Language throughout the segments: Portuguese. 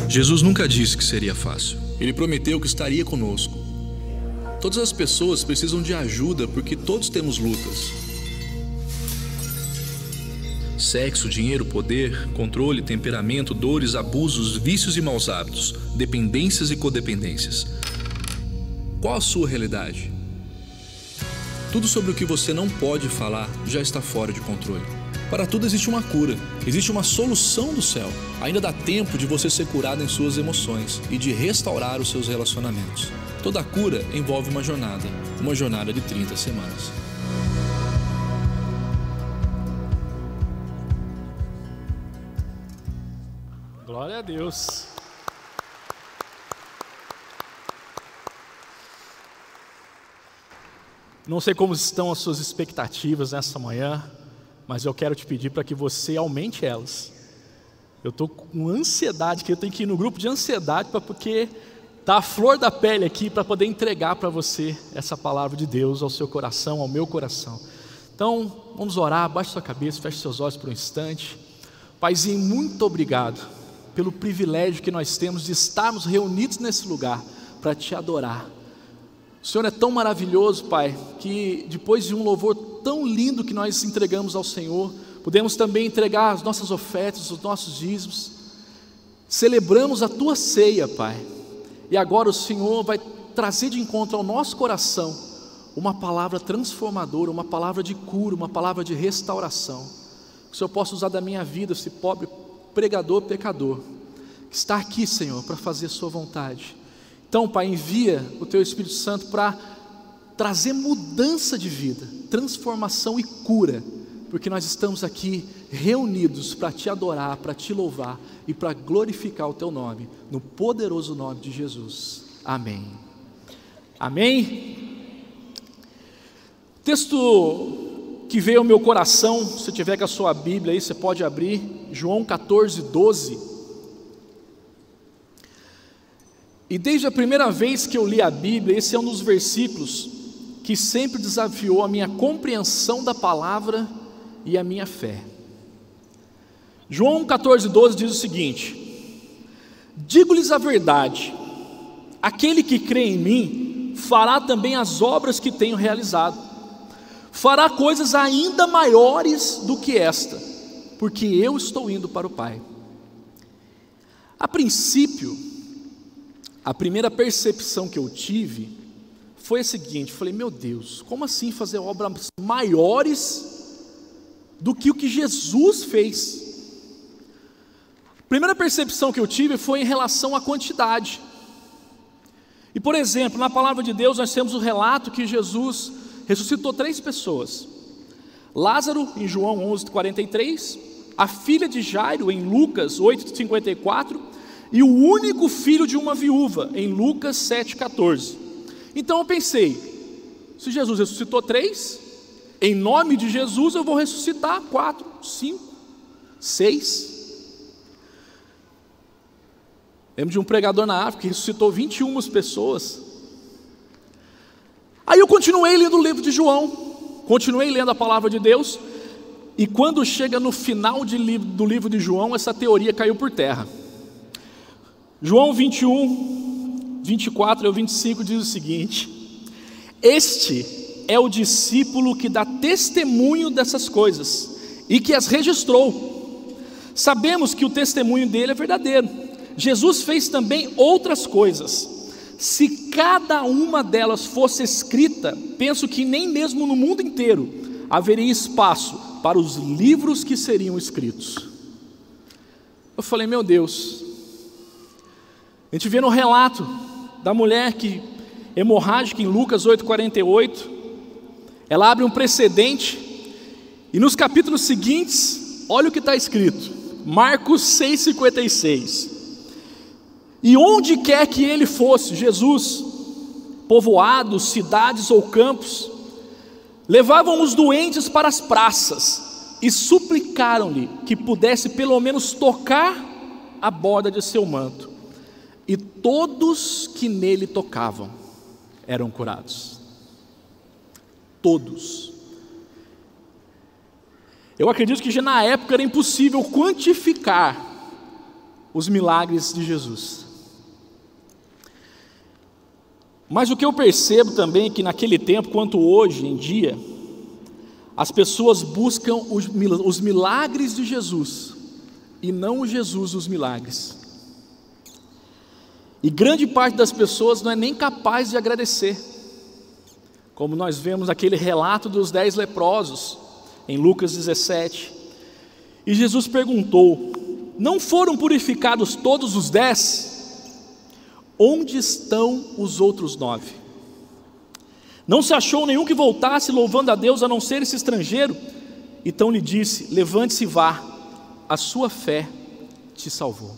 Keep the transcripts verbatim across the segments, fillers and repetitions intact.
Jesus nunca disse que seria fácil. Ele prometeu que estaria conosco. Todas as pessoas precisam de ajuda porque todos temos lutas. Sexo, dinheiro, poder, controle, temperamento, dores, abusos, vícios e maus hábitos, dependências e codependências. Qual a sua realidade? Tudo sobre o que você não pode falar já está fora de controle. Para tudo existe uma cura, existe uma solução do céu. Ainda dá tempo de você ser curado em suas emoções e de restaurar os seus relacionamentos. Toda cura envolve uma jornada, uma jornada de trinta semanas. Glória a Deus. Não sei como estão as suas expectativas nessa manhã, mas eu quero te pedir para que você aumente elas. Eu estou com ansiedade, que eu tenho que ir no grupo de ansiedade, para porque está a flor da pele aqui, para poder entregar para você essa palavra de Deus ao seu coração, ao meu coração. Então, vamos orar, baixe sua cabeça, feche seus olhos por um instante. Paizinho, muito obrigado pelo privilégio que nós temos de estarmos reunidos nesse lugar para te adorar. O Senhor é tão maravilhoso, Pai, que depois de um louvor tão lindo que nós entregamos ao Senhor, podemos também entregar as nossas ofertas, os nossos dízimos. Celebramos a Tua ceia, Pai, e agora o Senhor vai trazer de encontro ao nosso coração uma palavra transformadora, uma palavra de cura, uma palavra de restauração. Que o Senhor possa usar da minha vida, esse pobre pregador, pecador, que está aqui, Senhor, para fazer a Sua vontade. Então, Pai, envia o Teu Espírito Santo para trazer mudança de vida, transformação e cura, porque nós estamos aqui reunidos para Te adorar, para Te louvar e para glorificar o Teu nome, no poderoso nome de Jesus. Amém. Amém? O texto que veio ao meu coração, se tiver com a sua Bíblia aí, você pode abrir, João catorze, doze. E desde a primeira vez que eu li a Bíblia, esse é um dos versículos que sempre desafiou a minha compreensão da palavra e a minha fé. João catorze, doze diz o seguinte: digo-lhes a verdade, aquele que crê em mim fará também as obras que tenho realizado, fará coisas ainda maiores do que esta, porque eu estou indo para o Pai. A princípio, a primeira percepção que eu tive foi a seguinte: falei, meu Deus, como assim fazer obras maiores do que o que Jesus fez? A primeira percepção que eu tive foi em relação à quantidade. E por exemplo, na palavra de Deus nós temos o relato que Jesus ressuscitou três pessoas: Lázaro em João onze, quarenta e três, a filha de Jairo em Lucas oito, cinquenta e quatro, e o único filho de uma viúva em Lucas sete, quatorze. Então eu pensei, se Jesus ressuscitou três, em nome de Jesus eu vou ressuscitar quatro, cinco, seis. Lembro de um pregador na África que ressuscitou vinte e uma pessoas. Aí eu continuei lendo o livro de João, continuei lendo a palavra de Deus, e quando chega no final de li- do livro de João, essa teoria caiu por terra. João vinte e um, vinte e quatro ao vinte e cinco diz o seguinte: este é o discípulo que dá testemunho dessas coisas e que as registrou. Sabemos que o testemunho dele é verdadeiro. Jesus fez também outras coisas. Se cada uma delas fosse escrita, penso que nem mesmo no mundo inteiro haveria espaço para os livros que seriam escritos. Eu falei, meu Deus. A gente vê no relato da mulher que hemorrágica em Lucas oito, quarenta e oito, ela abre um precedente, e nos capítulos seguintes, olha o que está escrito, Marcos seis, cinquenta e seis, e onde quer que ele fosse, Jesus, povoados, cidades ou campos, levavam os doentes para as praças, e suplicaram-lhe que pudesse pelo menos tocar a borda de seu manto, e todos que nele tocavam eram curados. Todos. Eu acredito que já na época era impossível quantificar os milagres de Jesus. Mas o que eu percebo também é que naquele tempo, quanto hoje em dia, as pessoas buscam os milagres de Jesus e não o Jesus dos milagres. E grande parte das pessoas não é nem capaz de agradecer, como nós vemos aquele relato dos dez leprosos em Lucas dezessete. E Jesus perguntou: não foram purificados todos os dez? Onde estão os outros nove? Não se achou nenhum que voltasse louvando a Deus, a não ser esse estrangeiro? Então lhe disse: levante-se e vá, a sua fé te salvou.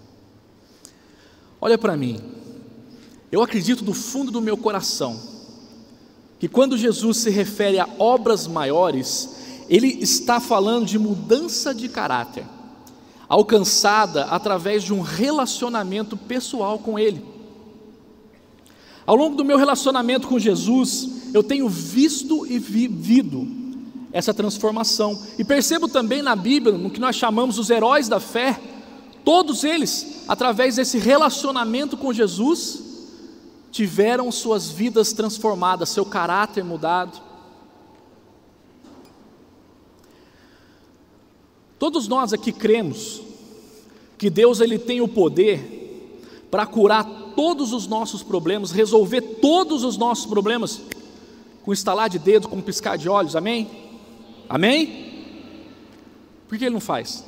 Olha para mim, eu acredito do fundo do meu coração que quando Jesus se refere a obras maiores, Ele está falando de mudança de caráter, alcançada através de um relacionamento pessoal com Ele. Ao longo do meu relacionamento com Jesus, eu tenho visto e vivido essa transformação, e percebo também na Bíblia, no que nós chamamos os heróis da fé, todos eles, através desse relacionamento com Jesus, tiveram suas vidas transformadas, seu caráter mudado. Todos nós aqui cremos que Deus ele tem o poder para curar todos os nossos problemas, resolver todos os nossos problemas com estalar de dedo, com piscar de olhos, amém? Amém? Por que Ele não faz?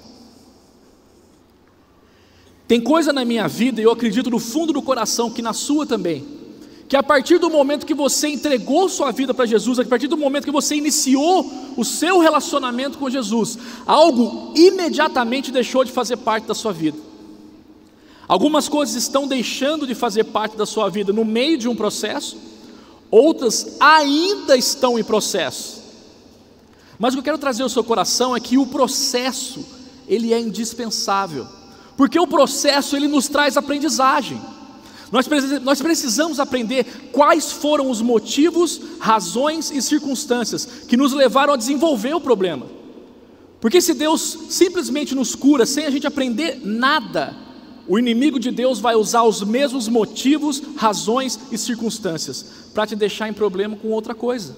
Tem coisa na minha vida, e eu acredito no fundo do coração, que na sua também, que a partir do momento que você entregou sua vida para Jesus, a partir do momento que você iniciou o seu relacionamento com Jesus, algo imediatamente deixou de fazer parte da sua vida. Algumas coisas estão deixando de fazer parte da sua vida no meio de um processo, outras ainda estão em processo. Mas o que eu quero trazer ao seu coração é que o processo, ele é indispensável, porque o processo ele nos traz aprendizagem. Nós, nós precisamos aprender quais foram os motivos, razões e circunstâncias que nos levaram a desenvolver o problema. Porque se Deus simplesmente nos cura sem a gente aprender nada, o inimigo de Deus vai usar os mesmos motivos, razões e circunstâncias para te deixar em problema com outra coisa.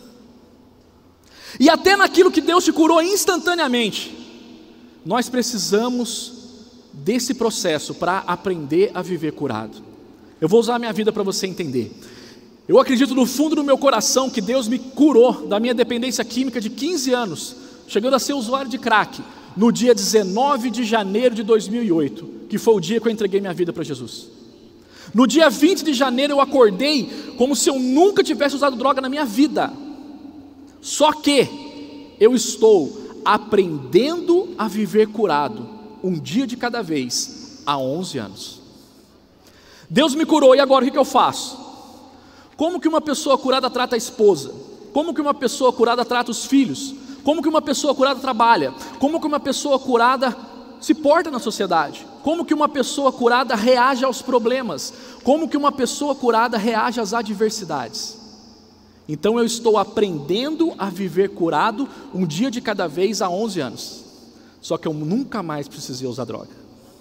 E até naquilo que Deus te curou instantaneamente, nós precisamos desse processo para aprender a viver curado. Eu vou usar a minha vida para você entender. Eu acredito no fundo do meu coração que Deus me curou da minha dependência química de quinze anos, chegando a ser usuário de crack, no dia dezenove de janeiro de dois mil e oito, que foi o dia que eu entreguei minha vida para Jesus. No dia vinte de janeiro eu acordei como se eu nunca tivesse usado droga na minha vida. Só que eu estou aprendendo a viver curado, um dia de cada vez, há onze anos. Deus me curou, e agora o que eu faço? Como que uma pessoa curada trata a esposa? Como que uma pessoa curada trata os filhos? Como que uma pessoa curada trabalha? Como que uma pessoa curada se porta na sociedade? Como que uma pessoa curada reage aos problemas? Como que uma pessoa curada reage às adversidades? Então eu estou aprendendo a viver curado, um dia de cada vez, há onze anos. Só que eu nunca mais precisei usar droga.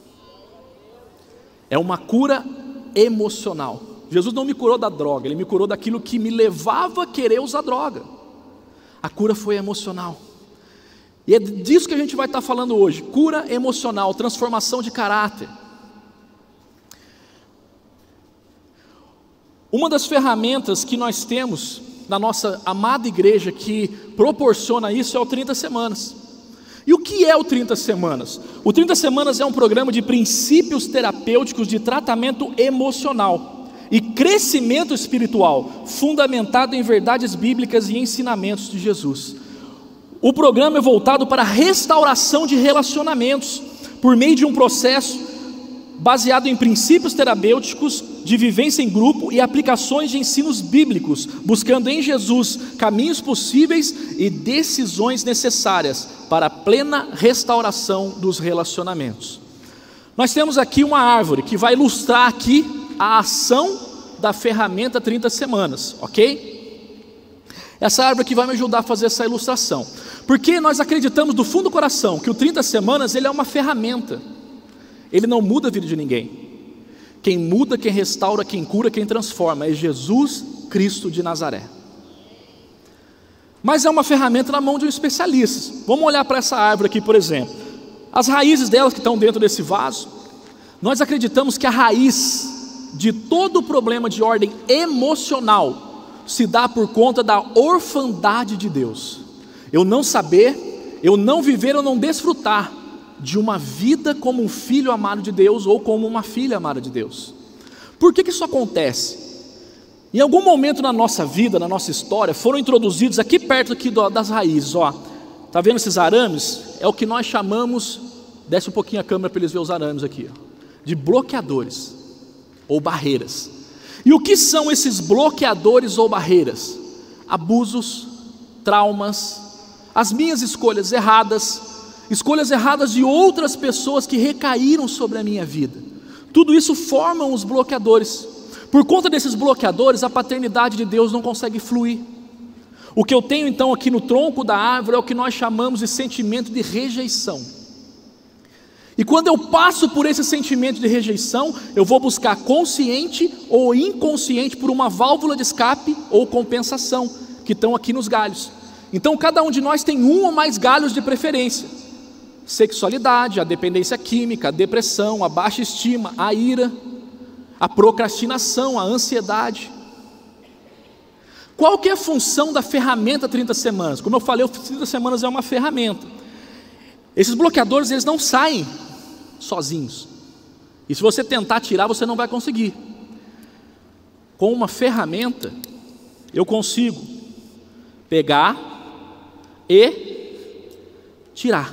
É uma cura emocional. Jesus não me curou da droga, Ele me curou daquilo que me levava a querer usar droga. A cura foi emocional. E é disso que a gente vai estar falando hoje. Cura emocional, transformação de caráter. Uma das ferramentas que nós temos na nossa amada igreja que proporciona isso é o trinta semanas. E o que é o trinta semanas? O trinta semanas é um programa de princípios terapêuticos de tratamento emocional e crescimento espiritual, fundamentado em verdades bíblicas e ensinamentos de Jesus. O programa é voltado para a restauração de relacionamentos, por meio de um processo baseado em princípios terapêuticos de vivência em grupo e aplicações de ensinos bíblicos, buscando em Jesus caminhos possíveis e decisões necessárias para a plena restauração dos relacionamentos. Nós temos aqui uma árvore que vai ilustrar aqui a ação da ferramenta trinta semanas, ok? Essa árvore aqui vai me ajudar a fazer essa ilustração, porque nós acreditamos do fundo do coração que o trinta semanas ele é uma ferramenta. Ele não muda a vida de ninguém. Quem muda, quem restaura, quem cura, quem transforma é Jesus Cristo de Nazaré. Mas é uma ferramenta na mão de um especialista. Vamos olhar para essa árvore aqui, por exemplo. As raízes delas que estão dentro desse vaso, nós acreditamos que a raiz de todo o problema de ordem emocional se dá por conta da orfandade de Deus. Eu não saber, eu não viver, eu não desfrutar de uma vida como um filho amado de Deus ou como uma filha amada de Deus. Por que que isso acontece? Em algum momento na nossa vida, na nossa história, foram introduzidos aqui perto aqui das raízes, ó. Tá vendo esses arames? É o que nós chamamos, desce um pouquinho a câmera para eles verem os arames aqui, ó, de bloqueadores ou barreiras. E o que são esses bloqueadores ou barreiras? Abusos, traumas, as minhas escolhas erradas, escolhas erradas de outras pessoas que recaíram sobre a minha vida. Tudo isso formam os bloqueadores. Por conta desses bloqueadores, a paternidade de Deus não consegue fluir. O que eu tenho então aqui no tronco da árvore é o que nós chamamos de sentimento de rejeição. E quando eu passo por esse sentimento de rejeição, eu vou buscar consciente ou inconsciente por uma válvula de escape ou compensação, que estão aqui nos galhos. Então cada um de nós tem um ou mais galhos de preferência. Sexualidade, a dependência química, a depressão, a baixa estima, a ira, a procrastinação, a ansiedade. Qual que é a função da ferramenta trinta semanas? Como eu falei, o trinta semanas é uma ferramenta. Esses bloqueadores, eles não saem sozinhos. E se você tentar tirar, você não vai conseguir. Com uma ferramenta, eu consigo pegar e tirar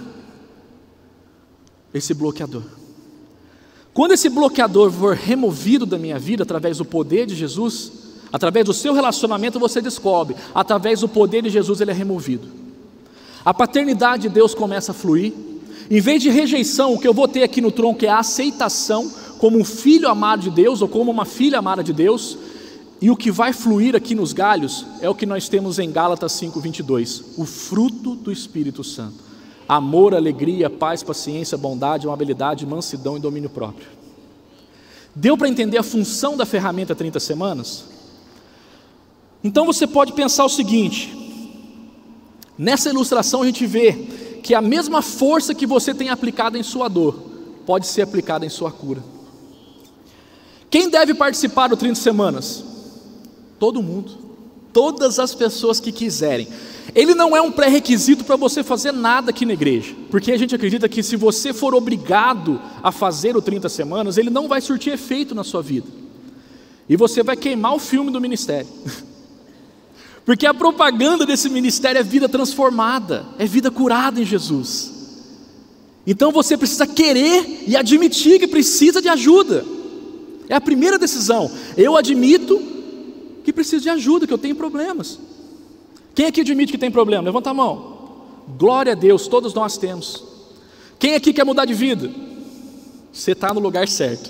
esse bloqueador. Quando esse bloqueador for removido da minha vida através do poder de Jesus, através do seu relacionamento, você descobre, através do poder de Jesus ele é removido. A paternidade de Deus começa a fluir. Em vez de rejeição, o que eu vou ter aqui no tronco é a aceitação como um filho amado de Deus ou como uma filha amada de Deus. E o que vai fluir aqui nos galhos é o que nós temos em Gálatas cinco, vinte e dois, o fruto do Espírito Santo: amor, alegria, paz, paciência, bondade, amabilidade, mansidão e domínio próprio. Deu para entender a função da ferramenta trinta semanas? Então você pode pensar o seguinte: nessa ilustração a gente vê que a mesma força que você tem aplicado em sua dor pode ser aplicada em sua cura. Quem deve participar do trinta semanas? Todo mundo, todas as pessoas que quiserem. Ele não é um pré-requisito para você fazer nada aqui na igreja, porque a gente acredita que se você for obrigado a fazer o trinta semanas, ele não vai surtir efeito na sua vida, e você vai queimar o filme do ministério, porque a propaganda desse ministério é vida transformada, é vida curada em Jesus. Então você precisa querer e admitir que precisa de ajuda. É a primeira decisão. Eu admito que preciso de ajuda, que eu tenho problemas. Quem aqui admite que tem problema? Levanta a mão. Glória a Deus, todos nós temos. Quem aqui quer mudar de vida? Você está no lugar certo.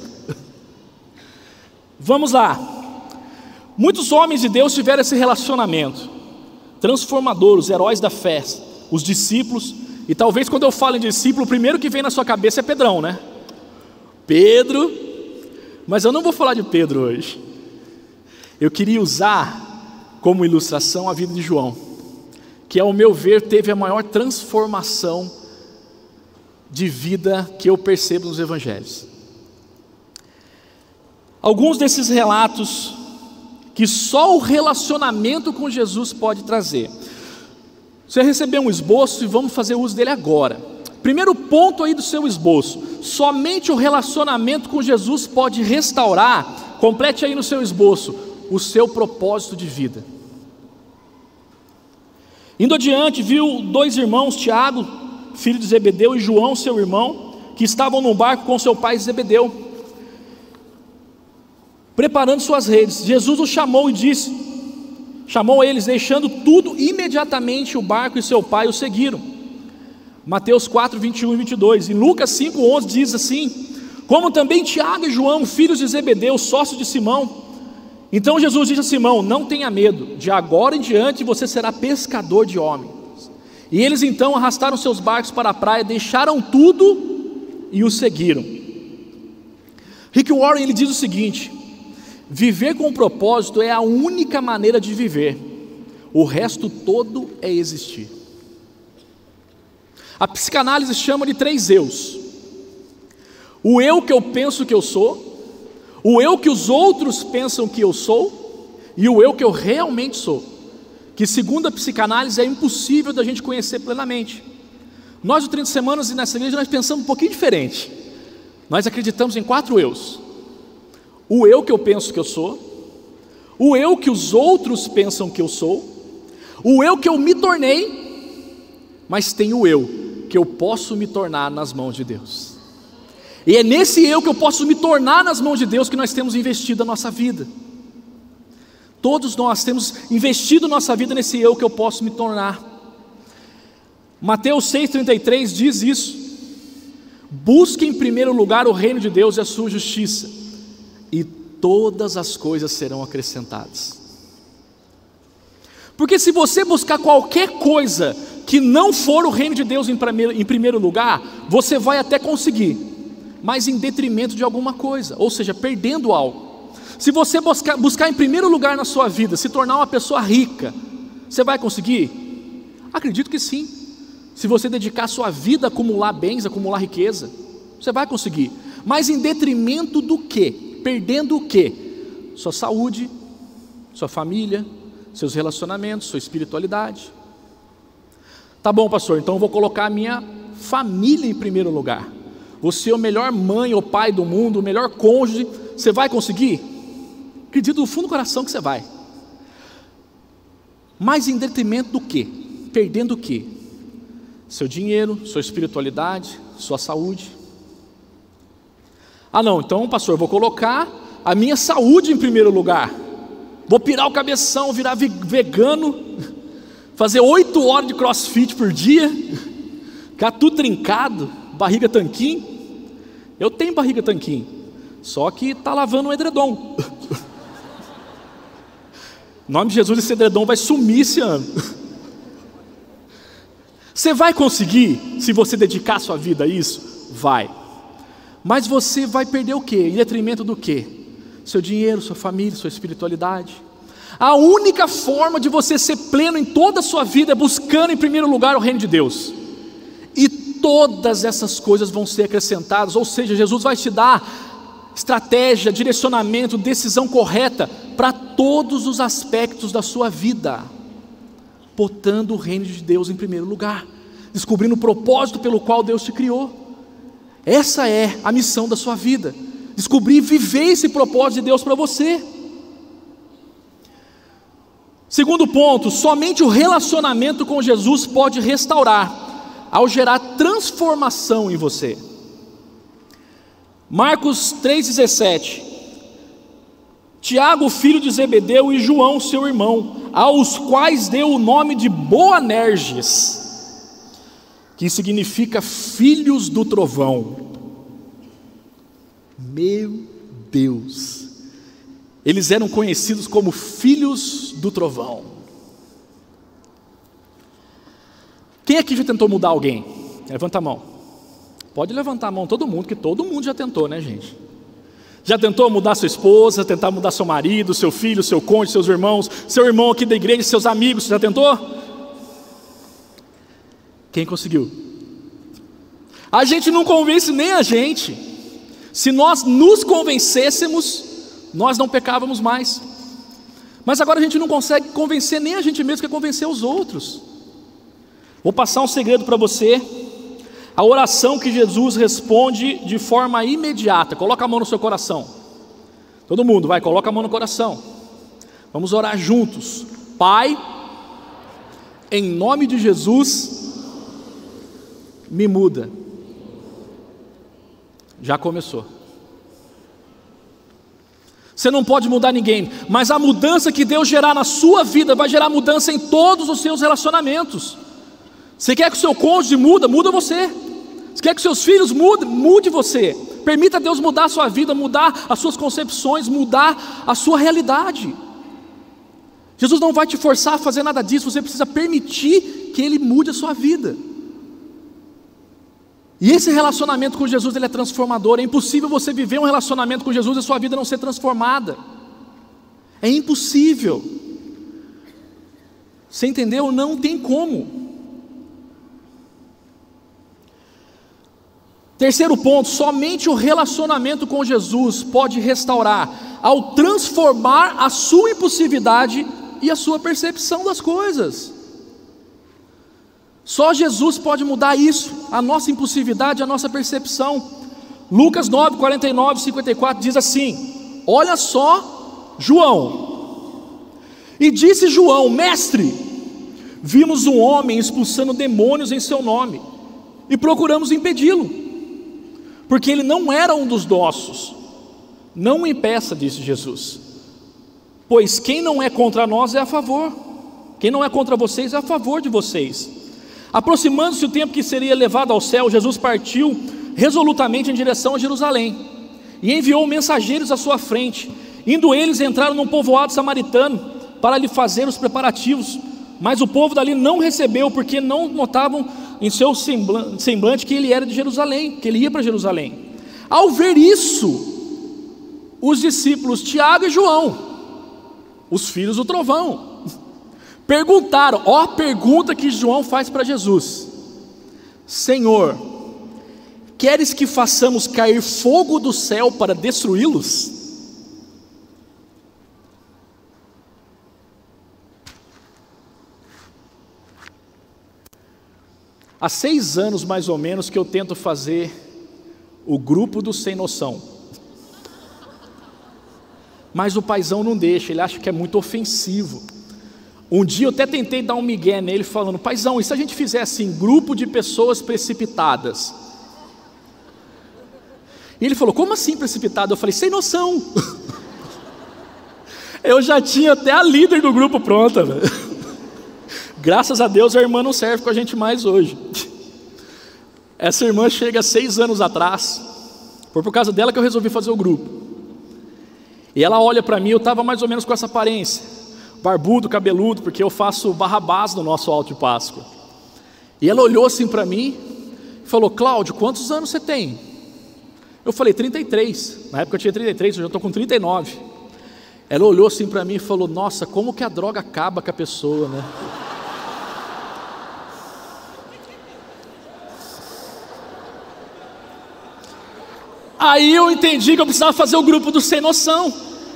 Vamos lá. Muitos homens de Deus tiveram esse relacionamento transformador, os heróis da fé, os discípulos. E talvez quando eu falo em discípulo, o primeiro que vem na sua cabeça é Pedrão, né? Pedro. Mas eu não vou falar de Pedro hoje. Eu queria usar como ilustração a vida de João, que ao meu ver teve a maior transformação de vida que eu percebo nos evangelhos. Alguns desses relatos que só o relacionamento com Jesus pode trazer. Você recebeu um esboço e vamos fazer uso dele agora. Primeiro ponto aí do seu esboço: somente o relacionamento com Jesus pode restaurar, complete aí no seu esboço, o seu propósito de vida. Indo adiante, viu dois irmãos, Tiago, filho de Zebedeu, e João, seu irmão, que estavam num barco com seu pai Zebedeu, preparando suas redes. Jesus os chamou e disse, chamou eles, deixando tudo, imediatamente o barco e seu pai o seguiram. Mateus quatro, vinte e um e vinte e dois. Em Lucas cinco, onze diz assim: como também Tiago e João, filhos de Zebedeu, sócios de Simão. Então Jesus disse a Simão: não tenha medo, de agora em diante você será pescador de homens. E eles então arrastaram seus barcos para a praia, deixaram tudo e o seguiram. Rick Warren, ele diz o seguinte: viver com propósito é a única maneira de viver, o resto todo é existir. A psicanálise chama de três eus: o eu que eu penso que eu sou, o eu que os outros pensam que eu sou, e o eu que eu realmente sou, que segundo a psicanálise é impossível da gente conhecer plenamente. Nós, no trinta Semanas e nessa igreja, nós pensamos um pouquinho diferente. Nós acreditamos em quatro eus: o eu que eu penso que eu sou, o eu que os outros pensam que eu sou, o eu que eu me tornei, mas tem o eu que eu posso me tornar nas mãos de Deus. E é nesse eu que eu posso me tornar nas mãos de Deus que nós temos investido a nossa vida. Todos nós temos investido nossa vida nesse eu que eu posso me tornar. Mateus seis, trinta e três diz isso: busque em primeiro lugar o reino de Deus e a sua justiça, e todas as coisas serão acrescentadas. Porque se você buscar qualquer coisa que não for o reino de Deus em primeiro, em primeiro lugar, você vai até conseguir, mas em detrimento de alguma coisa, ou seja, perdendo algo. Se você buscar, buscar em primeiro lugar na sua vida, se tornar uma pessoa rica, você vai conseguir? Acredito que sim. Se você dedicar a sua vida a acumular bens, a acumular riqueza, você vai conseguir, mas em detrimento do quê? Perdendo o quê? Sua saúde, sua família, seus relacionamentos, sua espiritualidade. Tá bom, pastor, então eu vou colocar a minha família em primeiro lugar. Você é a melhor mãe ou pai do mundo, o melhor cônjuge, você vai conseguir? Acredito no fundo do coração que você vai. Mas em detrimento do quê? Perdendo o quê? Seu dinheiro, sua espiritualidade, sua saúde. Ah não, então pastor, eu vou colocar a minha saúde em primeiro lugar. Vou pirar o cabeção, virar vegano, fazer oito horas de crossfit por dia, ficar tudo trincado, barriga tanquinho. Eu tenho barriga tanquinho, só que está lavando um edredom. Em nome de Jesus, esse edredom vai sumir esse ano. Você vai conseguir, se você dedicar a sua vida a isso? Vai. Mas você vai perder o quê? Em detrimento do quê? Seu dinheiro, sua família, sua espiritualidade. A única forma de você ser pleno em toda a sua vida é buscando em primeiro lugar o reino de Deus. E todas essas coisas vão ser acrescentadas, ou seja, Jesus vai te dar estratégia, direcionamento, decisão correta para todos os aspectos da sua vida, botando o reino de Deus em primeiro lugar, descobrindo o propósito pelo qual Deus te criou. Essa é a missão da sua vida, descobrir e viver esse propósito de Deus para você. Segundo ponto, somente o relacionamento com Jesus pode restaurar, ao gerar transformação em você. Marcos três, dezessete. Tiago, filho de Zebedeu, e João, seu irmão, aos quais deu o nome de Boanerges, que significa filhos do trovão. Meu Deus, eles eram conhecidos como filhos do trovão. Quem aqui já tentou mudar alguém? Levanta a mão. Pode levantar a mão todo mundo, que todo mundo já tentou, né, gente? Já tentou mudar sua esposa, tentar mudar seu marido, seu filho, seu cônjuge, seus irmãos, seu irmão aqui da igreja, seus amigos, você já tentou? Quem conseguiu? A gente não convence nem a gente. Se nós nos convencêssemos, nós não pecávamos mais. Mas agora a gente não consegue convencer nem a gente mesmo, que é convencer os outros. Vou passar um segredo para você. A oração que Jesus responde de forma imediata. Coloca a mão no seu coração. Todo mundo, vai, coloca a mão no coração. Vamos orar juntos. Pai, em nome de Jesus, me muda. Já começou. Você não pode mudar ninguém, mas a mudança que Deus gerar na sua vida vai gerar mudança em todos os seus relacionamentos. Você quer que o seu cônjuge muda? Muda você. Você quer que seus filhos mudem? Mude você. Permita Deus mudar a sua vida, mudar as suas concepções, mudar a sua realidade. Jesus não vai te forçar a fazer nada disso, você precisa permitir que Ele mude a sua vida. E esse relacionamento com Jesus, ele é transformador. É impossível você viver um relacionamento com Jesus e a sua vida não ser transformada. É impossível. Você entendeu? Não tem como. Terceiro ponto, somente o relacionamento com Jesus pode restaurar, ao transformar a sua impulsividade e a sua percepção das coisas. Só Jesus pode mudar isso, a nossa impulsividade, a nossa percepção. Lucas nove, quarenta e nove, cinquenta e quatro diz assim: olha só João. E disse João: mestre, vimos um homem expulsando demônios em seu nome, e procuramos impedi-lo, porque ele não era um dos nossos. Não o impeça, disse Jesus, pois quem não é contra nós é a favor, quem não é contra vocês é a favor de vocês. Aproximando-se o tempo que seria levado ao céu, Jesus partiu resolutamente em direção a Jerusalém, e enviou mensageiros à sua frente. Indo eles, entraram num povoado samaritano, para lhe fazer os preparativos, mas o povo dali não recebeu, porque não notavam em seu semblante que ele era de Jerusalém, que ele ia para Jerusalém. Ao ver isso, os discípulos Tiago e João, os filhos do trovão, perguntaram, ó a pergunta que João faz para Jesus: Senhor, queres que façamos cair fogo do céu para destruí-los? Há seis anos mais ou menos que eu tento fazer o grupo do sem noção, mas o paizão não deixa, ele acha que é muito ofensivo. Um dia eu até tentei dar um migué nele falando: paizão, e se a gente fizer assim, grupo de pessoas precipitadas? E ele falou: como assim precipitado? Eu falei: sem noção. Eu já tinha até a líder do grupo pronta, velho. Graças a Deus a irmã não serve com a gente mais hoje. Essa irmã chega seis anos atrás, foi por causa dela que eu resolvi fazer o grupo. E ela olha para mim, eu estava mais ou menos com essa aparência, barbudo, cabeludo, porque eu faço Barrabás no nosso alto de Páscoa. E ela olhou assim para mim e falou: Cláudio, quantos anos você tem? Eu falei: trinta e três. Na época eu tinha trinta e três, hoje eu estou com trinta e nove. Ela olhou assim para mim e falou: nossa, como que a droga acaba com a pessoa, né? Aí eu entendi que eu precisava fazer o grupo do sem noção.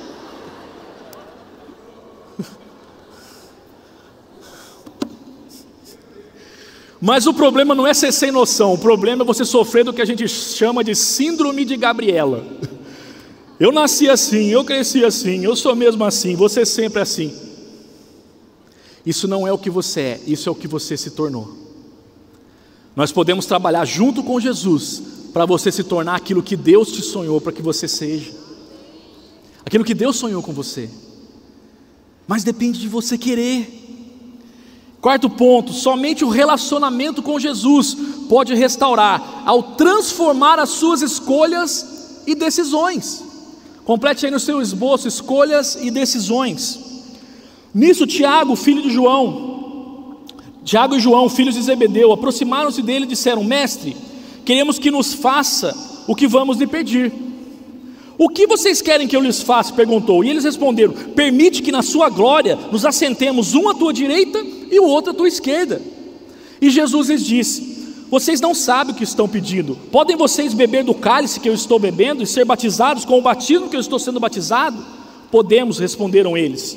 Mas o problema não é ser sem noção, o problema é você sofrer do que a gente chama de síndrome de Gabriela. Eu nasci assim, eu cresci assim, eu sou mesmo assim, você sempre assim. Isso não é o que você é, isso é o que você se tornou. Nós podemos trabalhar junto com Jesus para você se tornar aquilo que Deus te sonhou para que você seja, aquilo que Deus sonhou com você, mas depende de você querer. Quarto ponto, somente o relacionamento com Jesus pode restaurar, ao transformar as suas escolhas e decisões. Complete aí no seu esboço: escolhas e decisões. Nisso Tiago, filho de João, Tiago e João, filhos de Zebedeu, aproximaram-se dele e disseram: mestre, queremos que nos faça o que vamos lhe pedir. O que vocês querem que eu lhes faça? Perguntou. E eles responderam: permite que na sua glória nos assentemos um à tua direita e o outro à tua esquerda. E Jesus lhes disse: vocês não sabem o que estão pedindo. Podem vocês beber do cálice que eu estou bebendo e ser batizados com o batismo que eu estou sendo batizado? Podemos, responderam eles.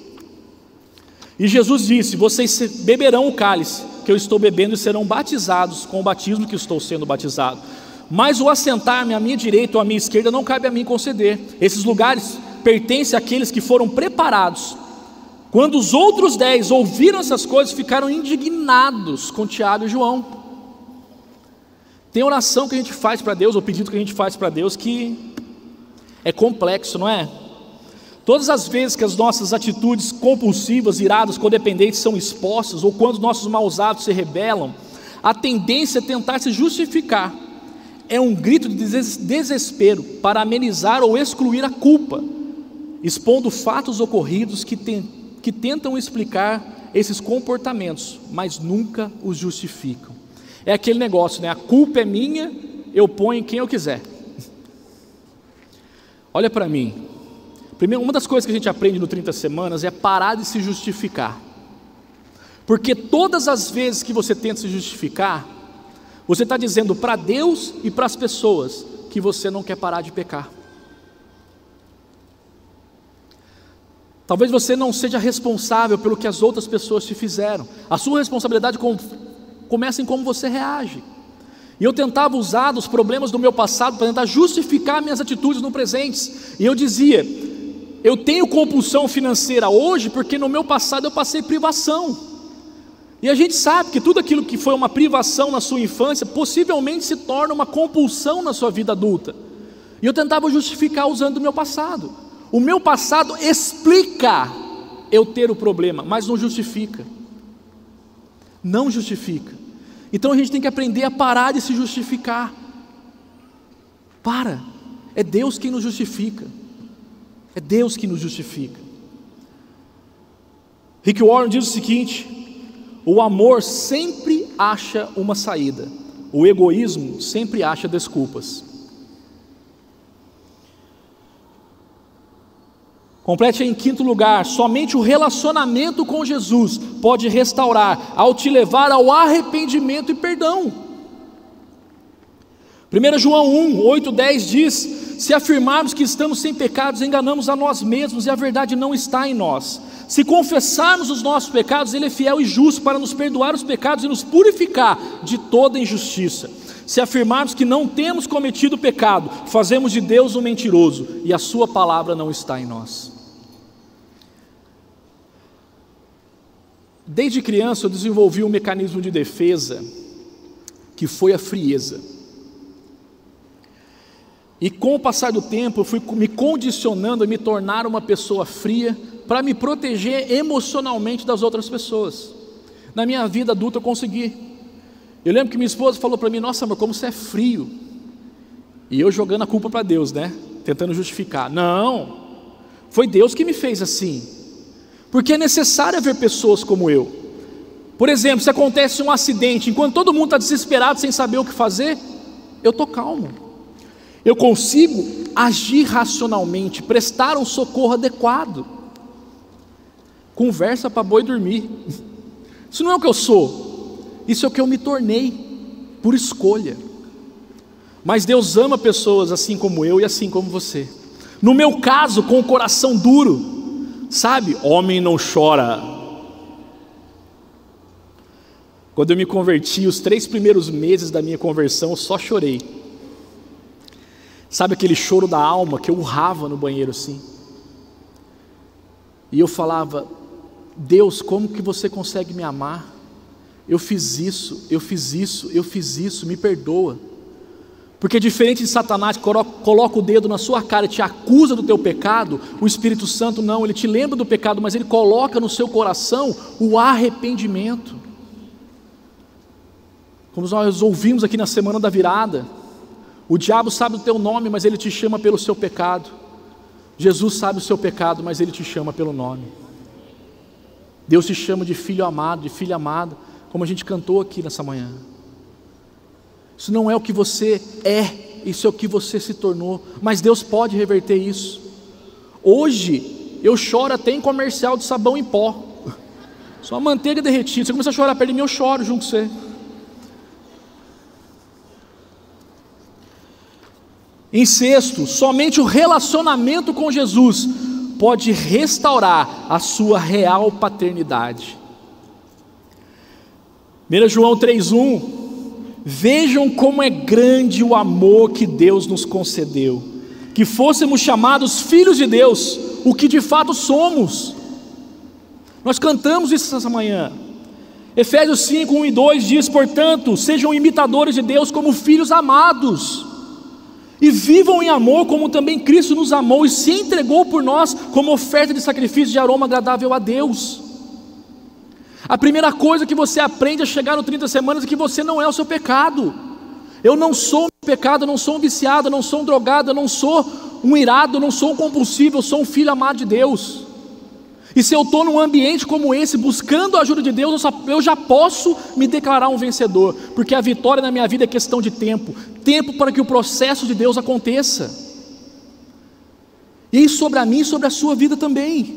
E Jesus disse: vocês beberão o cálice que eu estou bebendo e serão batizados com o batismo que eu estou sendo batizado. Mas o assentar-me à minha direita ou à minha esquerda não cabe a mim conceder. Esses lugares pertencem àqueles que foram preparados. Quando os outros dez ouviram essas coisas, ficaram indignados com Tiago e João. Tem oração que a gente faz para Deus, ou pedido que a gente faz para Deus, que é complexo, não é? Todas as vezes que as nossas atitudes compulsivas, iradas, codependentes são expostas, ou quando nossos maus hábitos se rebelam, a tendência é tentar se justificar. É um grito de desespero para amenizar ou excluir a culpa, expondo fatos ocorridos que, tem, que tentam explicar esses comportamentos, mas nunca os justificam. É aquele negócio, né? A culpa é minha, eu ponho em quem eu quiser. Olha para mim. Primeiro, uma das coisas que a gente aprende no trinta semanas é parar de se justificar. Porque todas as vezes que você tenta se justificar, você está dizendo para Deus e para as pessoas que você não quer parar de pecar. Talvez você não seja responsável pelo que as outras pessoas te fizeram. A sua responsabilidade com, começa em como você reage. E eu tentava usar os problemas do meu passado para tentar justificar minhas atitudes no presente. E eu dizia, eu tenho compulsão financeira hoje porque no meu passado eu passei privação. E a gente sabe que tudo aquilo que foi uma privação na sua infância possivelmente se torna uma compulsão na sua vida adulta. E eu tentava justificar usando o meu passado. O meu passado explica eu ter o problema, mas não justifica. Não justifica. Então a gente tem que aprender a parar de se justificar. Para. É Deus quem nos justifica. É Deus que nos justifica. Rick Warren diz o seguinte: o amor sempre acha uma saída, o egoísmo sempre acha desculpas. Complete em quinto lugar, somente o relacionamento com Jesus pode restaurar, ao te levar ao arrependimento e perdão. primeiro João um, oito, dez diz: se afirmarmos que estamos sem pecados, enganamos a nós mesmos e a verdade não está em nós. Se confessarmos os nossos pecados, Ele é fiel e justo para nos perdoar os pecados e nos purificar de toda injustiça. Se afirmarmos que não temos cometido pecado, fazemos de Deus um mentiroso e a sua palavra não está em nós. Desde criança eu desenvolvi um mecanismo de defesa que foi a frieza. E com o passar do tempo eu fui me condicionando a me tornar uma pessoa fria para me proteger emocionalmente das outras pessoas. Na minha vida adulta eu consegui. Eu lembro que minha esposa falou para mim: nossa amor, como você é frio. E eu jogando a culpa para Deus, né? Tentando justificar. Não, foi Deus que me fez assim. Porque é necessário haver pessoas como eu. Por exemplo, se acontece um acidente, enquanto todo mundo está desesperado sem saber o que fazer, eu estou calmo. Eu consigo agir racionalmente, prestar um socorro adequado. Conversa para boi dormir. Isso não é o que eu sou, isso é o que eu me tornei, por escolha. Mas Deus ama pessoas assim como eu e assim como você. No meu caso, com o coração duro, sabe, homem não chora. Quando eu me converti, os três primeiros meses da minha conversão, eu só chorei. Sabe aquele choro da alma que eu urrava no banheiro assim? E eu falava: Deus, como que você consegue me amar? Eu fiz isso, eu fiz isso, eu fiz isso, me perdoa. Porque diferente de Satanás que coloca o dedo na sua cara e te acusa do teu pecado, o Espírito Santo não, ele te lembra do pecado, mas ele coloca no seu coração o arrependimento. Como nós ouvimos aqui na semana da virada, o diabo sabe o teu nome, mas ele te chama pelo seu pecado. Jesus sabe o seu pecado, mas ele te chama pelo nome. Deus te chama de filho amado, de filha amada, como a gente cantou aqui nessa manhã. Isso não é o que você é, isso é o que você se tornou, mas Deus pode reverter isso. Hoje, eu choro até em comercial de sabão em pó, só manteiga derretida. Você começa a chorar perto de mim, eu choro junto com você. Em sexto, somente o relacionamento com Jesus pode restaurar a sua real paternidade. primeiro João três, um: vejam como é grande o amor que Deus nos concedeu, que fôssemos chamados filhos de Deus, o que de fato somos. Nós cantamos isso essa manhã. Efésios cinco, um e dois diz: portanto, sejam imitadores de Deus como filhos amados, e vivam em amor como também Cristo nos amou e se entregou por nós como oferta de sacrifício de aroma agradável a Deus. A primeira coisa que você aprende a chegar no trinta semanas é que você não é o seu pecado. Eu não sou um pecado, eu não sou um viciado, eu não sou um drogado, eu não sou um irado, eu não sou um compulsivo, eu sou um filho amado de Deus. E se eu estou num ambiente como esse, buscando a ajuda de Deus, eu, só, eu já posso me declarar um vencedor, porque a vitória na minha vida é questão de tempo, tempo para que o processo de Deus aconteça. E isso sobre a mim e sobre a sua vida também.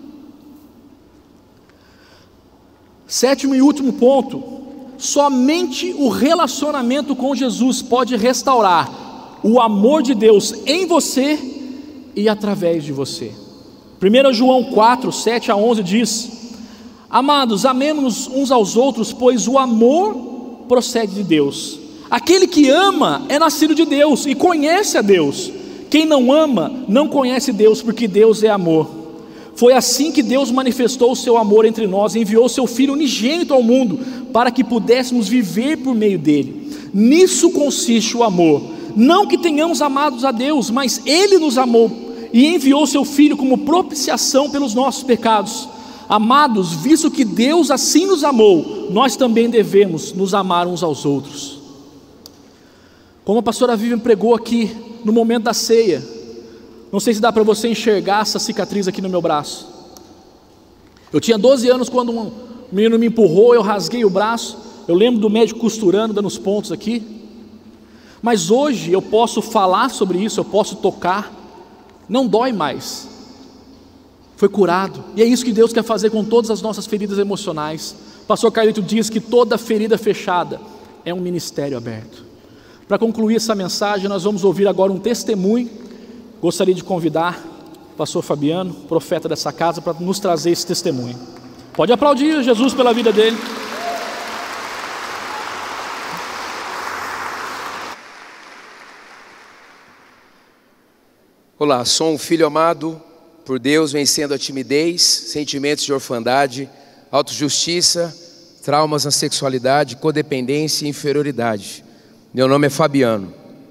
Sétimo e último ponto: somente o relacionamento com Jesus pode restaurar o amor de Deus em você e através de você. primeiro João quatro, sete a onze diz: amados, amemo-nos uns aos outros, pois o amor procede de Deus. Aquele que ama é nascido de Deus e conhece a Deus. Quem não ama não conhece Deus, porque Deus é amor. Foi assim que Deus manifestou o seu amor entre nós, enviou seu Filho unigênito ao mundo, para que pudéssemos viver por meio dele. Nisso consiste o amor, não que tenhamos amados a Deus, mas Ele nos amou e enviou seu Filho como propiciação pelos nossos pecados. Amados, visto que Deus assim nos amou, nós também devemos nos amar uns aos outros. Como a pastora Vivian pregou aqui no momento da ceia, não sei se dá para você enxergar essa cicatriz aqui no meu braço. Eu tinha doze anos quando um menino me empurrou, eu rasguei o braço. Eu lembro do médico costurando, dando os pontos aqui. Mas hoje eu posso falar sobre isso, eu posso tocar, não dói mais, foi curado. E é isso que Deus quer fazer com todas as nossas feridas emocionais. O pastor Carlito diz que toda ferida fechada é um ministério aberto. Para concluir essa mensagem, nós vamos ouvir agora um testemunho. Gostaria de convidar o pastor Fabiano, profeta dessa casa, para nos trazer esse testemunho. Pode aplaudir Jesus pela vida dele. Olá, sou um filho amado por Deus, vencendo a timidez, sentimentos de orfandade, autojustiça, traumas na sexualidade, codependência e inferioridade. Meu nome é Fabiano.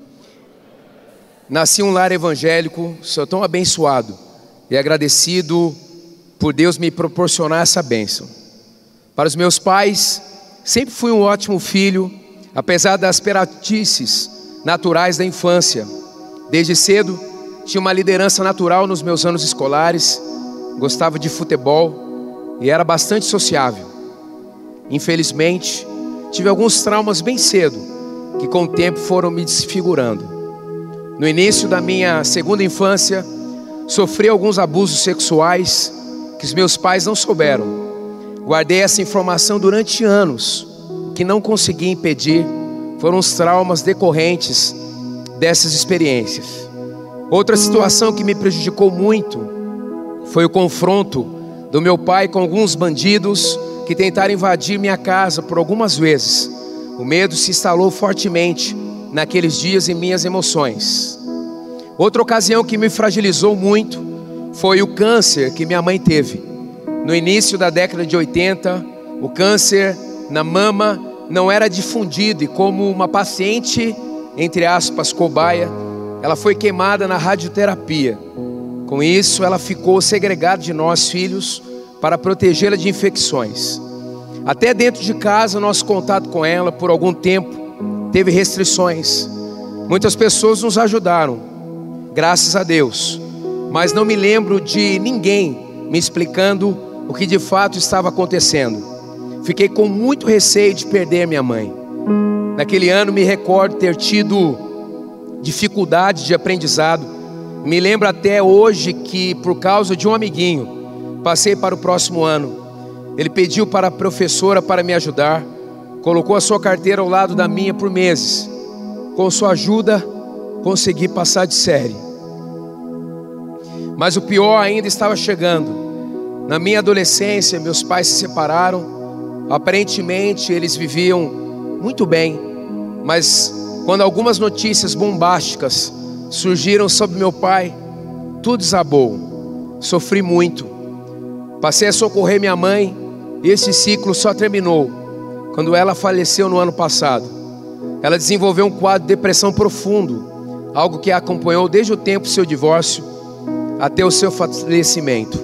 Nasci em um lar evangélico, sou tão abençoado e agradecido por Deus me proporcionar essa bênção. Para os meus pais, sempre fui um ótimo filho, apesar das peratices naturais da infância. Desde cedo, tinha uma liderança natural nos meus anos escolares, gostava de futebol e era bastante sociável. Infelizmente, tive alguns traumas bem cedo, que com o tempo foram me desfigurando. No início da minha segunda infância, sofri alguns abusos sexuais que os meus pais não souberam. Guardei essa informação durante anos. O que não consegui impedir foram os traumas decorrentes dessas experiências. Outra situação que me prejudicou muito foi o confronto do meu pai com alguns bandidos que tentaram invadir minha casa por algumas vezes. O medo se instalou fortemente naqueles dias em minhas emoções. Outra ocasião que me fragilizou muito foi o câncer que minha mãe teve. No início da década de oitenta, o câncer na mama não era difundido e como uma paciente, entre aspas, cobaia, ela foi queimada na radioterapia. Com isso, ela ficou segregada de nós, filhos, para protegê-la de infecções. Até dentro de casa, nosso contato com ela, por algum tempo, teve restrições. Muitas pessoas nos ajudaram, graças a Deus, mas não me lembro de ninguém me explicando o que de fato estava acontecendo. Fiquei com muito receio de perder minha mãe. Naquele ano me recordo ter tido dificuldade de aprendizado. Me lembro até hoje que, por causa de um amiguinho, passei para o próximo ano. Ele pediu para a professora para me ajudar, colocou a sua carteira ao lado da minha por meses. Com sua ajuda, consegui passar de série. Mas o pior ainda estava chegando. Na minha adolescência, meus pais se separaram. Aparentemente, eles viviam muito bem, mas quando algumas notícias bombásticas surgiram sobre meu pai, tudo desabou. Sofri muito. Passei a socorrer minha mãe e esse ciclo só terminou quando ela faleceu no ano passado. Ela desenvolveu um quadro de depressão profundo, algo que a acompanhou desde o tempo do seu divórcio até o seu falecimento.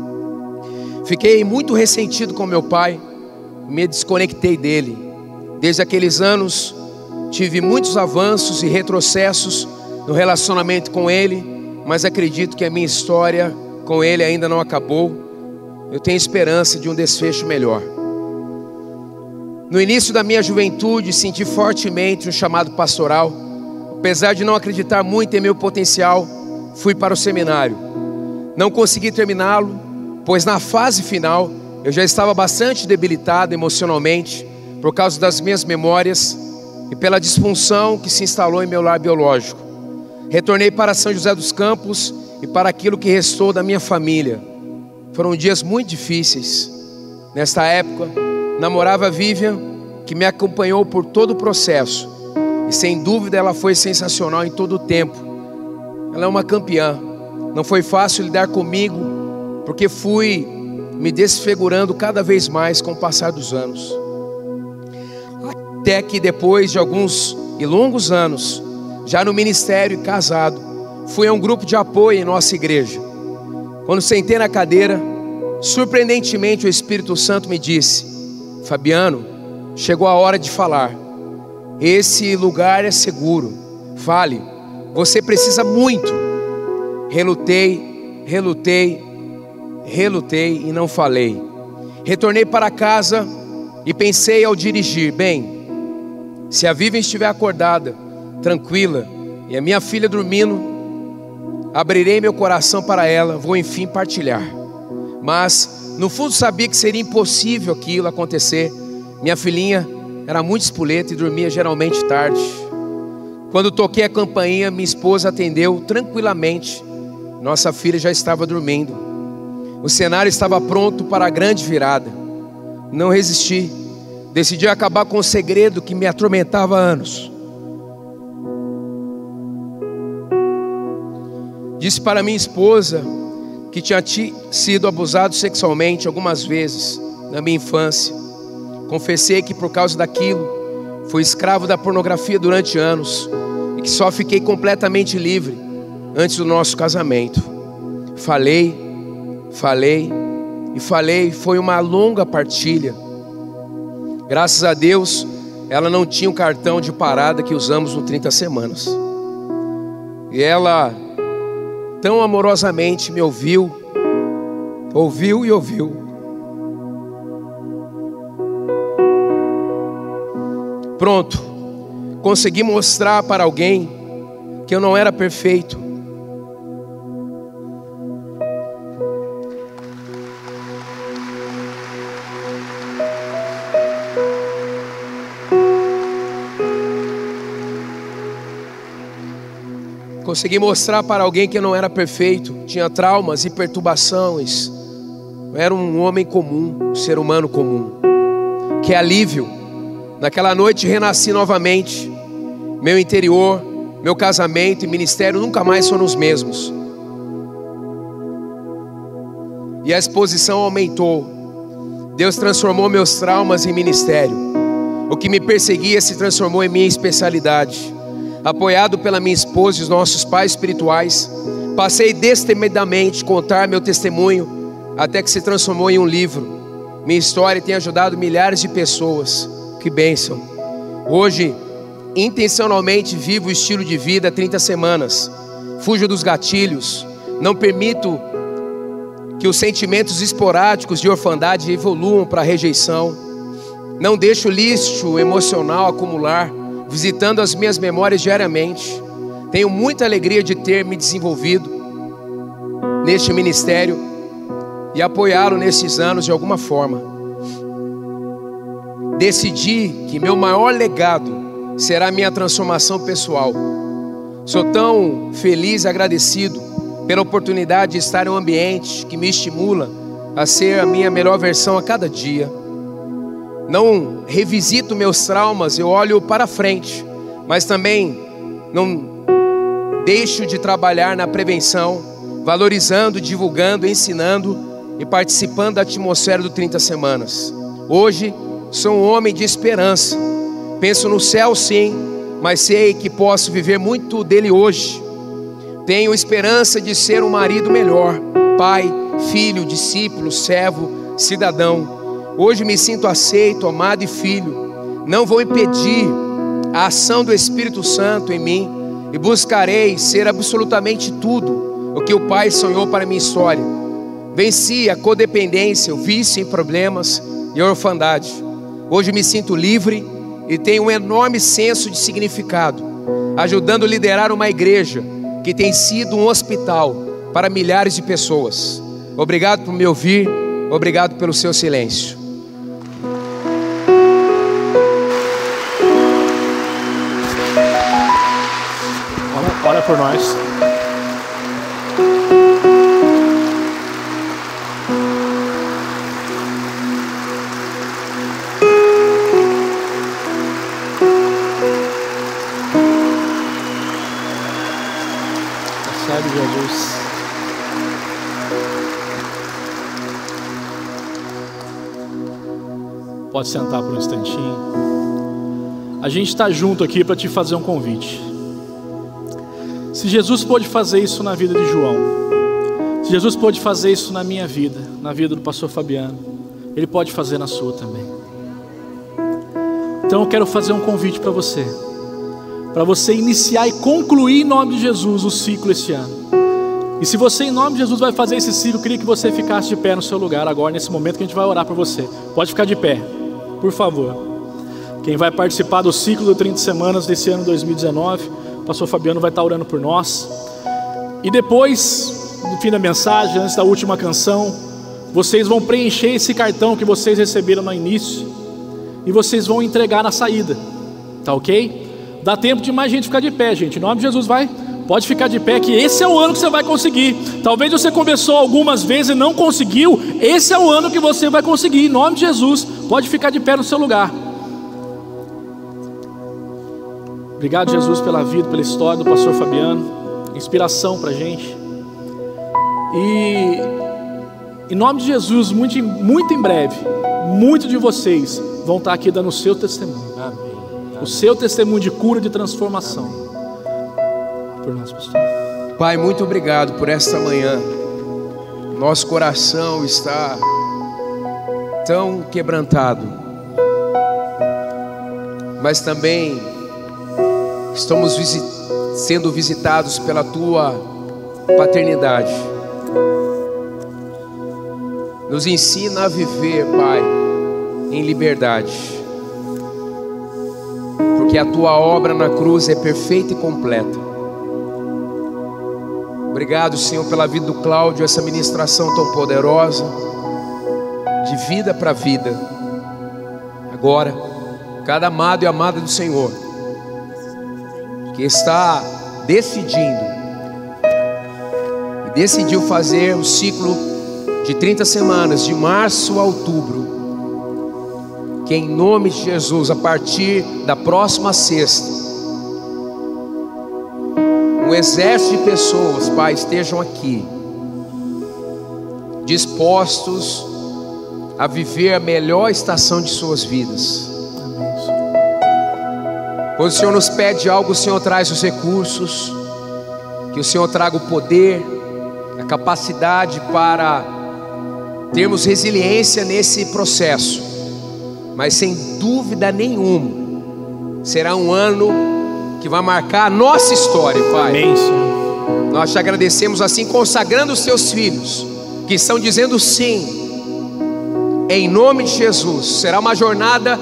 Fiquei muito ressentido com meu pai, me desconectei dele. Desde aqueles anos, tive muitos avanços e retrocessos no relacionamento com ele, mas acredito que a minha história com ele ainda não acabou. eu tenho esperança de um desfecho melhor. No início da minha juventude, senti fortemente um chamado pastoral. Apesar de não acreditar muito em meu potencial, fui para o seminário. Não consegui terminá-lo, pois na fase final eu já estava bastante debilitado emocionalmente por causa das minhas memórias e pela disfunção que se instalou em meu lar biológico. Retornei para São José dos Campos e para aquilo que restou da minha família. Foram dias muito difíceis. Nesta época, namorava a Vivian, que me acompanhou por todo o processo. E sem dúvida ela foi sensacional em todo o tempo. Ela é uma campeã. Não foi fácil lidar comigo, porque fui me desfigurando cada vez mais com o passar dos anos. Até que depois de alguns e longos anos, já no ministério e casado, fui a um grupo de apoio em nossa igreja. Quando sentei na cadeira, surpreendentemente o Espírito Santo me disse: Fabiano, chegou a hora de falar. Esse lugar é seguro. Fale, você precisa muito. Relutei, relutei, relutei e não falei. Retornei para casa e pensei ao dirigir: bem, se a Vivian estiver acordada, tranquila, e a minha filha dormindo, abrirei meu coração para ela, vou enfim partilhar. Mas no fundo sabia que seria impossível aquilo acontecer. Minha filhinha era muito espoleta e dormia geralmente tarde. Quando toquei a campainha, minha esposa atendeu tranquilamente. Nossa filha já estava dormindo. O cenário estava pronto para a grande virada. Não resisti. Decidi acabar com o segredo que me atormentava há anos. Disse para minha esposa que tinha sido abusado sexualmente algumas vezes na minha infância. Confessei que por causa daquilo fui escravo da pornografia durante anos e que só fiquei completamente livre antes do nosso casamento. Falei, falei e falei. Foi uma longa partilha. Graças a Deus, ela não tinha o cartão de parada que usamos no trinta semanas. E ela tão amorosamente me ouviu, ouviu e ouviu. Pronto, consegui mostrar para alguém que eu não era perfeito. Consegui mostrar para alguém que eu não era perfeito, tinha traumas e perturbações. Eu era um homem comum, um ser humano comum. Que alívio! Naquela noite renasci novamente. Meu interior, meu casamento e ministério nunca mais foram os mesmos. E a exposição aumentou. Deus transformou meus traumas em ministério. O que me perseguia se transformou em minha especialidade. Apoiado pela minha esposa e os nossos pais espirituais, passei destemidamente a contar meu testemunho, até que se transformou em um livro. Minha história tem ajudado milhares de pessoas. Que bênção! Hoje, intencionalmente vivo o estilo de vida trinta semanas. Fujo dos gatilhos. Não permito que os sentimentos esporádicos de orfandade evoluam para a rejeição. Não deixo lixo emocional acumular, visitando as minhas memórias diariamente. Tenho muita alegria de ter me desenvolvido neste ministério e apoiá-lo nesses anos de alguma forma. Decidi que meu maior legado será a minha transformação pessoal. Sou tão feliz e agradecido pela oportunidade de estar em um ambiente que me estimula a ser a minha melhor versão a cada dia. Não revisito meus traumas, eu olho para frente, mas também não deixo de trabalhar na prevenção, valorizando, divulgando, ensinando e participando da atmosfera do trinta semanas. Hoje sou um homem de esperança. Penso no céu sim, mas sei que posso viver muito dele hoje. Tenho esperança de ser um marido melhor, pai, filho, discípulo, servo, cidadão. Hoje me sinto aceito, amado e filho. Não vou impedir a ação do Espírito Santo em mim e buscarei ser absolutamente tudo o que o Pai sonhou para a minha história. Venci a codependência, o vício em problemas e a orfandade. Hoje me sinto livre e tenho um enorme senso de significado, ajudando a liderar uma igreja que tem sido um hospital para milhares de pessoas. Obrigado por me ouvir, obrigado pelo seu silêncio. Ora, ora por nós. Recebe, Jesus. Pode sentar por um instantinho. A gente está junto aqui para te fazer um convite. Se Jesus pôde fazer isso na vida de João, se Jesus pôde fazer isso na minha vida, na vida do pastor Fabiano, Ele pode fazer na sua também. Então eu quero fazer um convite para você, para você iniciar e concluir em nome de Jesus o ciclo esse ano. E se você em nome de Jesus vai fazer esse ciclo, eu queria que você ficasse de pé no seu lugar agora, nesse momento que a gente vai orar por você. Pode ficar de pé, por favor. Quem vai participar do ciclo de trinta semanas desse ano dois mil e dezenove, o pastor Fabiano vai estar orando por nós. E depois, no fim da mensagem, antes da última canção, vocês vão preencher esse cartão que vocês receberam no início e vocês vão entregar na saída, tá ok? Dá tempo de mais gente ficar de pé, gente. Em nome de Jesus, vai. Pode ficar de pé, que esse é o ano que você vai conseguir. Talvez você começou algumas vezes e não conseguiu. Esse é o ano que você vai conseguir. Em nome de Jesus, pode ficar de pé no seu lugar. Obrigado, Jesus, pela vida, pela história do pastor Fabiano. Inspiração pra gente. E em nome de Jesus, muito, muito em breve, muitos de vocês vão estar aqui dando o seu testemunho. Amém. O seu testemunho de cura e de transformação. Por nós, pastor. Pai, muito obrigado por esta manhã. Nosso coração está tão quebrantado, mas também estamos visi- sendo visitados pela Tua paternidade. Nos ensina a viver, Pai, em liberdade, porque a Tua obra na cruz é perfeita e completa. Obrigado, Senhor, pela vida do Cláudio, essa ministração tão poderosa, de vida para vida. Agora, cada amado e amada do Senhor, que está decidindo, e decidiu fazer o ciclo de trinta semanas, de março a outubro, que em nome de Jesus, a partir da próxima sexta, um exército de pessoas, Pai, estejam aqui, dispostos a viver a melhor estação de suas vidas. Quando o Senhor nos pede algo, o Senhor traz os recursos, que o Senhor traga o poder, a capacidade para termos resiliência nesse processo. Mas sem dúvida nenhuma, será um ano que vai marcar a nossa história, Pai. Amém, Senhor. Nós te agradecemos assim, consagrando os teus filhos, que estão dizendo sim, em nome de Jesus. Será uma jornada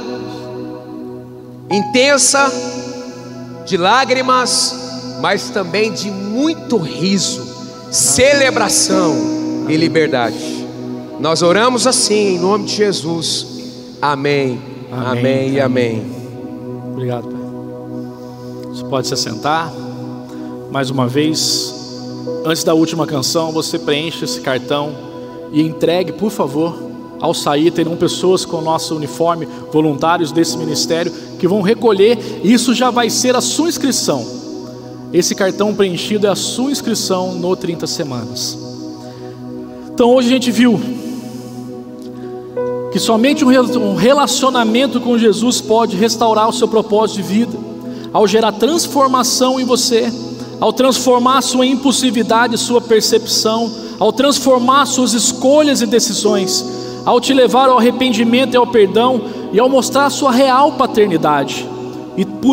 intensa, de lágrimas, mas também de muito riso, celebração e liberdade. Nós oramos assim, em nome de Jesus. Amém, amém, amém e amém. Obrigado, Pai. Você pode se assentar. Mais uma vez, antes da última canção, você preenche esse cartão e entregue, por favor. Ao sair, terão pessoas com o nosso uniforme, voluntários desse ministério, que vão recolher. Isso já vai ser a sua inscrição. Esse cartão preenchido é a sua inscrição no trinta semanas. Então hoje a gente viu que somente um relacionamento com Jesus pode restaurar o seu propósito de vida, ao gerar transformação em você, ao transformar a sua impulsividade, sua percepção, ao transformar suas escolhas e decisões, ao te levar ao arrependimento e ao perdão, e ao mostrar a sua real paternidade. E por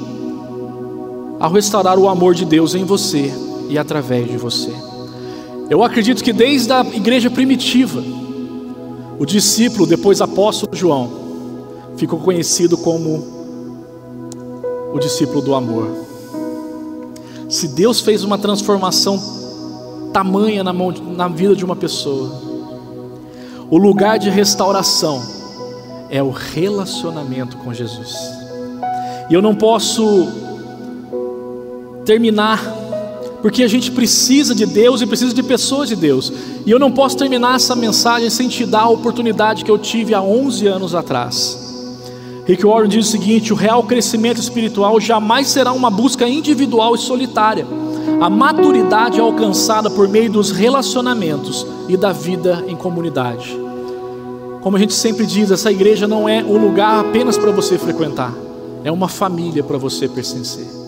último, ao restaurar o amor de Deus em você e através de você. Eu acredito que desde a igreja primitiva, o discípulo, depois apóstolo João, ficou conhecido como o discípulo do amor. Se Deus fez uma transformação tamanha na, mão, na vida de uma pessoa, o lugar de restauração é o relacionamento com Jesus. E eu não posso terminar, porque a gente precisa de Deus e precisa de pessoas de Deus. E eu não posso terminar essa mensagem sem te dar a oportunidade que eu tive há onze anos atrás. Rick Warren diz o seguinte: o real crescimento espiritual jamais será uma busca individual e solitária. A maturidade é alcançada por meio dos relacionamentos e da vida em comunidade. Como a gente sempre diz, essa igreja não é um lugar apenas para você frequentar, é uma família para você pertencer.